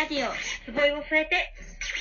ラジオ、つぼいを添えて。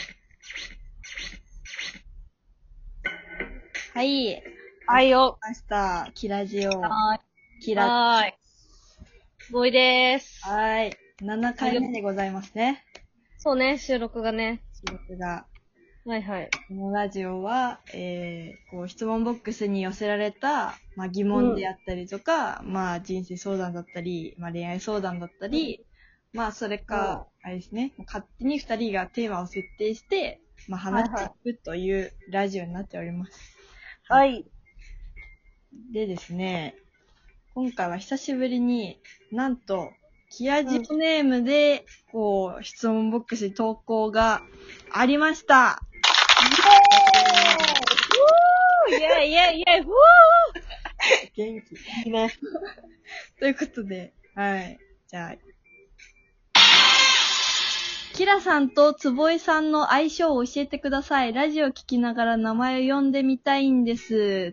はい。 はいよ。 ました。キラジオ。 はキラ。 ーい。ボイでーす。 はい。7回目でございますね。 そうね、収録がね。 収録が。 はいはい。 このラジオは、質問ボックスに寄せられた、疑問であったりとか、人生相談だったり、恋愛相談だったり、それか、あれですね、勝手に2人がテーマを設定して、話していくというラジオになっております。 はい。 でですね、今回は久しぶりになんと、キラジオネームで、質問ボックスに投稿がありました。 イェーイイェーイイェーイフー元気。 いいね。 ということで、はい。じゃあ、キラさんとつぼいさんの相性を教えてください。ラジオ聞きながら名前を呼んでみたいんです。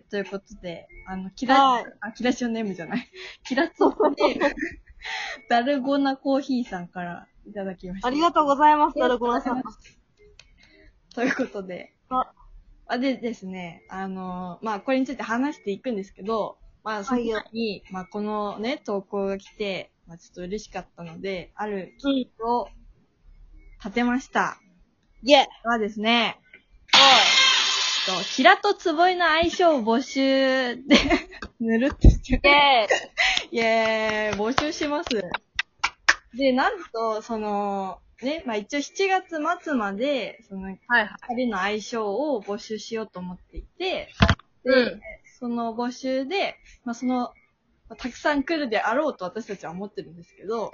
ということで、キラジオネームじゃない。キラツオネーム。ダルゴナコーヒーさんからいただきました。 ありがとうございます、ダルゴナさん。 ということで。でですね、これについて話していくんですけど、その前に、このね、投稿が来て、ちょっと嬉しかったので、ある企画を立てました。 イェーイはですね、キラとつぼいの相性を募集で、ぬるっとしてる。イェーイ募集します。で、なんと、一応7月末まで、二人の相性を募集しようと思っていて、で、その募集で、たくさん来るであろうと私たちは思ってるんですけど、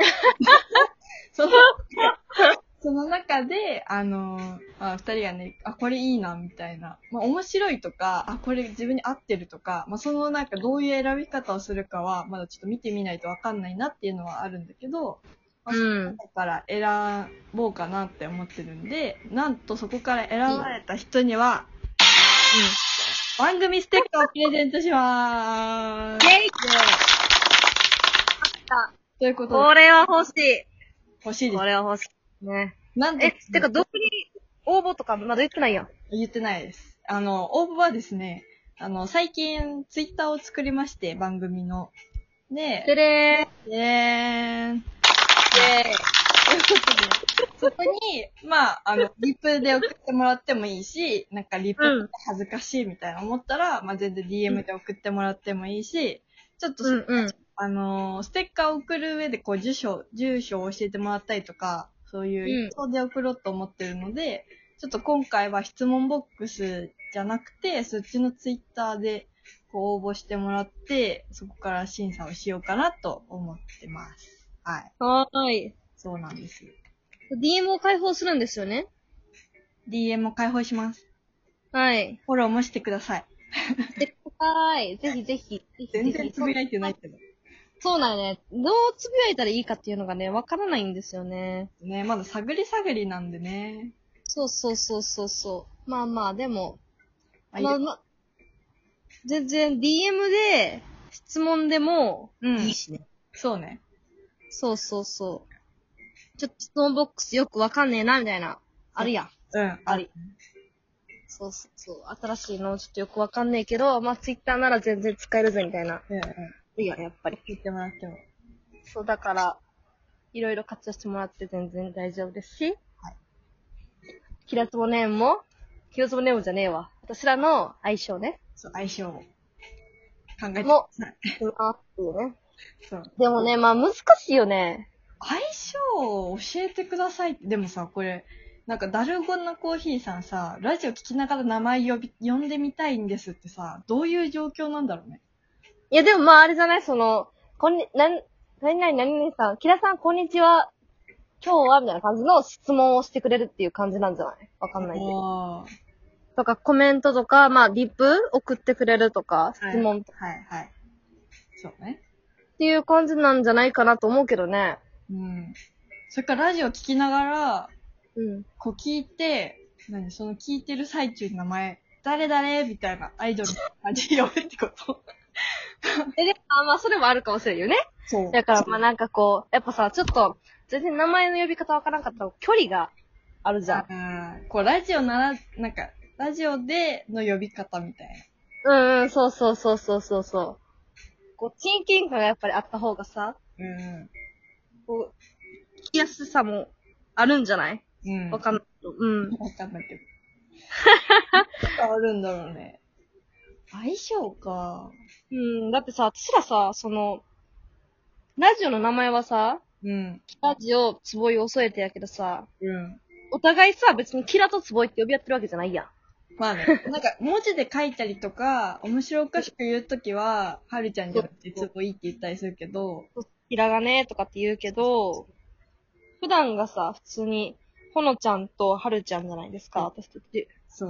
その中で、二人がね、これいいな、みたいな。面白いとか、これ自分に合ってるとか、どういう選び方をするかは、まだちょっと見てみないとわかんないなっていうのはあるんだけど、その中から選ぼうかなって思ってるんで、なんとそこから選ばれた人には、番組ステッカーをプレゼントしまーす。ということで。 これは欲しい。 欲しいです。 これは欲しい。ね。 てか、どこに応募とかまだ言ってないやん。 言ってないです。応募はですね、最近ツイッターを作りまして、番組の。で、 でれー。 ということで、そこに、リプで送ってもらってもいいし、リプって恥ずかしいみたいな思ったら、全然 DM で送ってもらってもいいし、ちょっと、ステッカーを送る上で、住所を教えてもらったりとか、そういう、一方で送ろうと思ってるので、ちょっと今回は質問ボックスじゃなくて、そっちのツイッターで、応募してもらって、そこから審査をしようかなと思ってます。はい。 はーい。 そうなんです。 DM を開放するんですよね。 DM を開放します。 はい。 フォローもしてください。 してください。ぜひぜひ。 全然つぶやいてないけど。 そうなんよね。どうつぶやいたらいいかっていうのがね、わからないんですよね。 ね、まだ探りなんでね。 そう。でも、全然 DM で質問でもいいしね。 そうね。 そう。ちょっと質問ボックスよくわかんねえな、みたいな。あるやん。 あり。 そう。新しいのちょっとよくわかんねえけど、Twitter なら全然使えるぜ、みたいな。いや、やっぱり。 言ってもらっても。 そう、だから、いろいろ活用してもらって全然大丈夫ですし。 はい。 キラツボネームじゃねえわ。私らの相性ね。 そう、相性を考えても、っていうね。 そう。 でもね、難しいよね。 相性を教えてくださいって、でもさ、これ、ダルゴンナコーヒーさんさ、ラジオ聞きながら名前呼んでみたいんですってさ、どういう状況なんだろうね。 いや、でもあれじゃない何々さん、キラさん、こんにちは。今日はみたいな感じの質問をしてくれるっていう感じなんじゃないわかんないけど。とか、コメントとか、リプ送ってくれるとか、質問とか。 はい。そうね。 っていう感じなんじゃないかなと思うけどね。 それからラジオ聞きながら、聞いて、その聞いてる最中の名前、誰みたいなアイドルの感じで呼ぶってことそれもあるかもしれんよね。 そう。 だからやっぱさ、ちょっと、 全然名前の呼び方わからなかったら距離があるじゃん。 こう、ラジオなんか、ラジオでの呼び方みたいそうそうそうそうそうそう。こう、親近感がやっぱりあった方がさ、 な。 こう、聞きやすさもあるんじゃない？わかんないけど。 わかんないけど。何があるんだろうね。相性か。 だってさ、私らさ、ラジオの名前はさ、ラジオ、つぼいを添えてやけどさ、お互いさ、別にキラとつぼいって呼び合ってるわけじゃないやん。 まあね、なんか文字で書いたりとか、面白おかしく言うときは、はるちゃんじゃなくてつぼいって言ったりするけど、 キラがね、とかって言うけど、普段がさ、普通に、ほのちゃんとはるちゃんじゃないですか、私たち。 そう。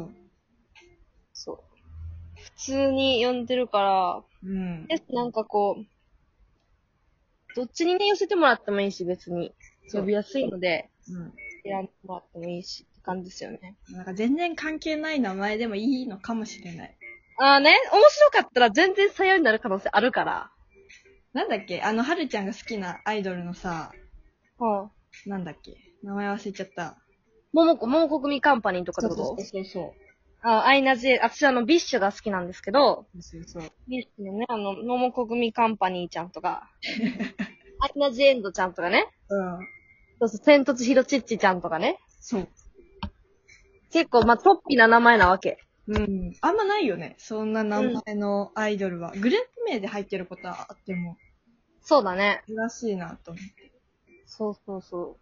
普通に呼んでるから、なんかこう、どっちにね、寄せてもらってもいいし、別に。呼びやすいので、選んでもらってもいいし、って感じですよね。 なんか全然関係ない名前でもいいのかもしれない。 面白かったら全然採用になる可能性あるから。 なんだっけはるちゃんが好きなアイドルのさ、なんだっけ名前忘れちゃった。 桃子組カンパニーとかってこと？ そう。 アイナ・ジ・私ビッシュが好きなんですけど、 そう。 ビッシュのね、桃子組カンパニーちゃんとか、アイナ・ジ・エンドちゃんとかね。そう、千と千尋チッチちゃんとかね。 そう。 結構、トッピーな名前なわけ。 あんまないよね。そんな名前のアイドルは。グループ名で入ってることはあっても。 そうだね。 珍しいなと思って。 そう。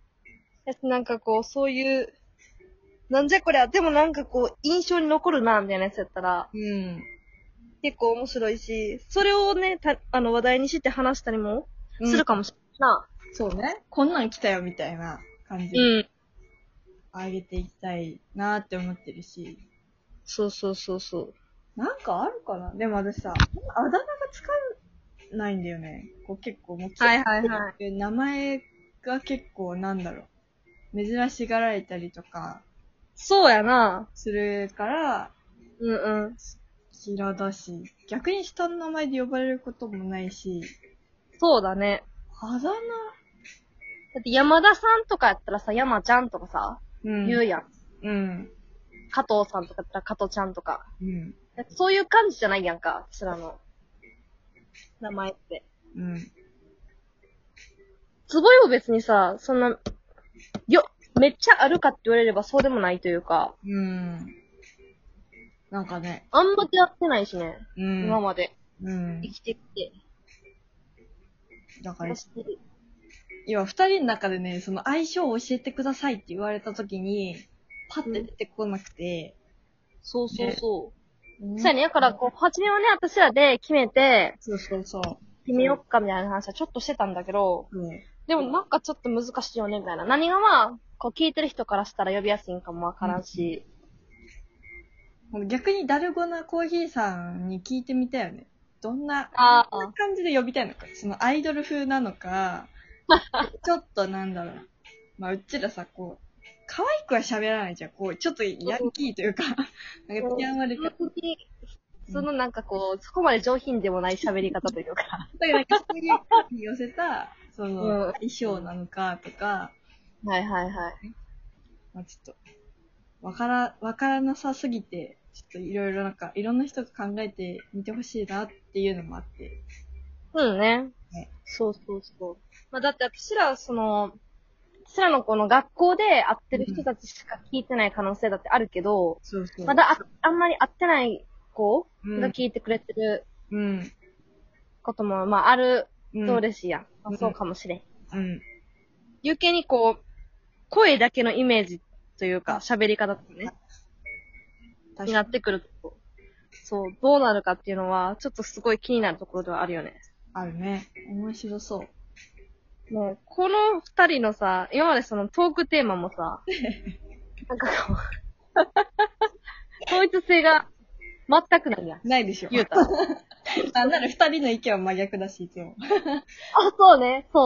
なんかこう、そういう、なんじゃこりゃ、でもなんかこう、印象に残るな、みたいなやつやったら、結構面白いし、それをね、話題にして話したりもするかもしれないな。 そうね。こんなん来たよ、みたいな感じで。あげていきたいなって思ってるし。 そう。 なんかあるかなでも私さ、あだ名が使えないんだよね。こう結構もう、名前が結構なんだろう。珍しがられたりとか。 そうやな。 するから、嫌だし、逆に下の名前で呼ばれることもないし。 そうだね。 あだ名だって山田さんとかやったらさ、山ちゃんとかさ、言うやん。加藤さんとかやったら加藤ちゃんとか。そういう感じじゃないやんか、私らの名前って。つぼいも別にさ、そんな、めっちゃあるかって言われればそうでもないというか。 なんかね。 あんま出会ってないしね。今まで。生きてきて。 だから、今二人の中でね、その相性を教えてくださいって言われた時に、パッて出てこなくて。 そう。そうやね。だからこう、初めはね、私らで決めて、 そう。 決めよっかみたいな話はちょっとしてたんだけど、でもなんかちょっと難しいよね、みたいな。何がこう聞いてる人からしたら呼びやすいんかもわからんし。 逆にダルゴナコーヒーさんに聞いてみたよね。どんな感じで呼びたいのか。そのアイドル風なのか、ちょっとなんだろう。うちらさ、こう、可愛くは喋らないじゃん。こう、ちょっとヤンキーというか、なんか、やんわりか。 なんかこう、そこまで上品でもない喋り方というか。 だからなんかそういう風に寄せた、相性なのかとか。 はい。 ちょっと、わからなさすぎて、ちょっといろいろなんか、いろんな人が考えてみてほしいなっていうのもあって。 ね。そう。だって私らのこの学校で会ってる人たちしか聞いてない可能性だってあるけど、まだあんまり会ってない子が聞いてくれてることも、あると嬉しいやん。そうかもしれん。余計にこう、声だけのイメージというか、喋り方とかね、になってくると、そう、どうなるかっていうのは、ちょっとすごい気になるところではあるよね。 あるね。面白そう。 もう、この二人のさ、今までそのトークテーマもさ、なんかこう、統一性が全くないやん。 ないでしょ。 言うたら。 なんなら二人の意見は真逆だし、いつも。 そうね。そう。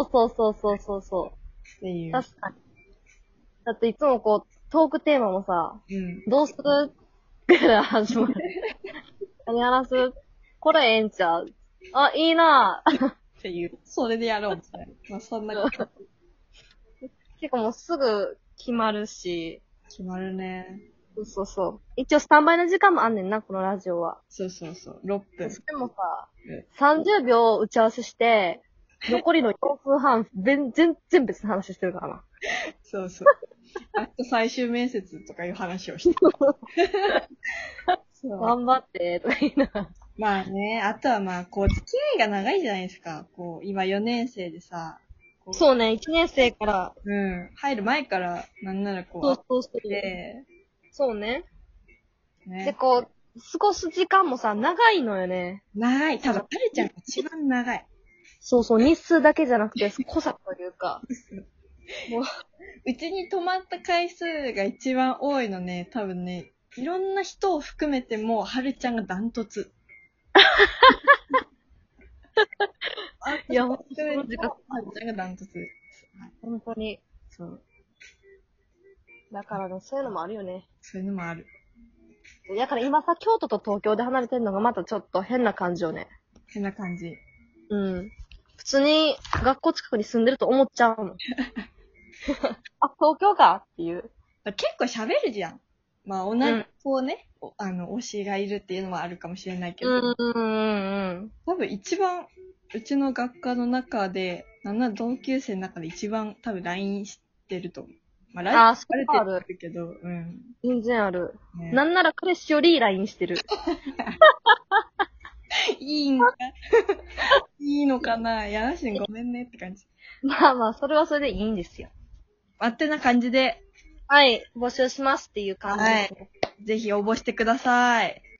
っていう。 確かに。だっていつもこう、トークテーマもさ、どうするから始まる。何話すこれええんちゃういいなぁ。 っていう。それでやろうみたいな。そんなこと。 結構もうすぐ決まるし。 決まるね。 そうそうそう。一応スタンバイの時間もあんねんな、このラジオは。 そうそうそう。6分。 でもさうん、 30秒打ち合わせして、残りの4分半、全然別の話してるからな。 そうそう。あと最終面接とかいう話をして。そう。 頑張って、とか言いながら。 まあね、あとはまあ、こう、付き合いが長いじゃないですか。こう、今4年生でさ。 そうね、1年生から。 うん。入る前から、なんならこう、 そうそう。そうね。 ね。 で、こう、過ごす時間もさ、長いのよね。 長い。多分、はるちゃんが一番長い。 そうそう、日数だけじゃなくて、濃さというか。 もう、うちに泊まった回数が一番多いのね、多分ね、いろんな人を含めても、はるちゃんがダントツ。 いや、 はるちゃんがダントツ。 本当に。 そう。 だからね、そういうのもあるよね。 そういうのもある。 だから今さ、京都と東京で離れてるのがまたちょっと変な感じよね。 変な感じ。 うん。普通に学校近くに住んでると思っちゃうもん。あ、東京かっていう。 結構喋るじゃん。まあ、同じ、こうね、推しがいるっていうのもあるかもしれないけど。多分一番、うちの学科の中で、なんなら同級生の中で一番多分 LINE してると思う。まあ、LINE してるけど、うん。 全然ある。 ね、 なんなら彼氏より LINE してる。 いいんかいいのかな、やらしいごめんねって感じ。 まあまあ、それはそれでいいんですよ。 ってな感じで。 はい、募集しますっていう感じですね。 はい。ぜひ応募してください。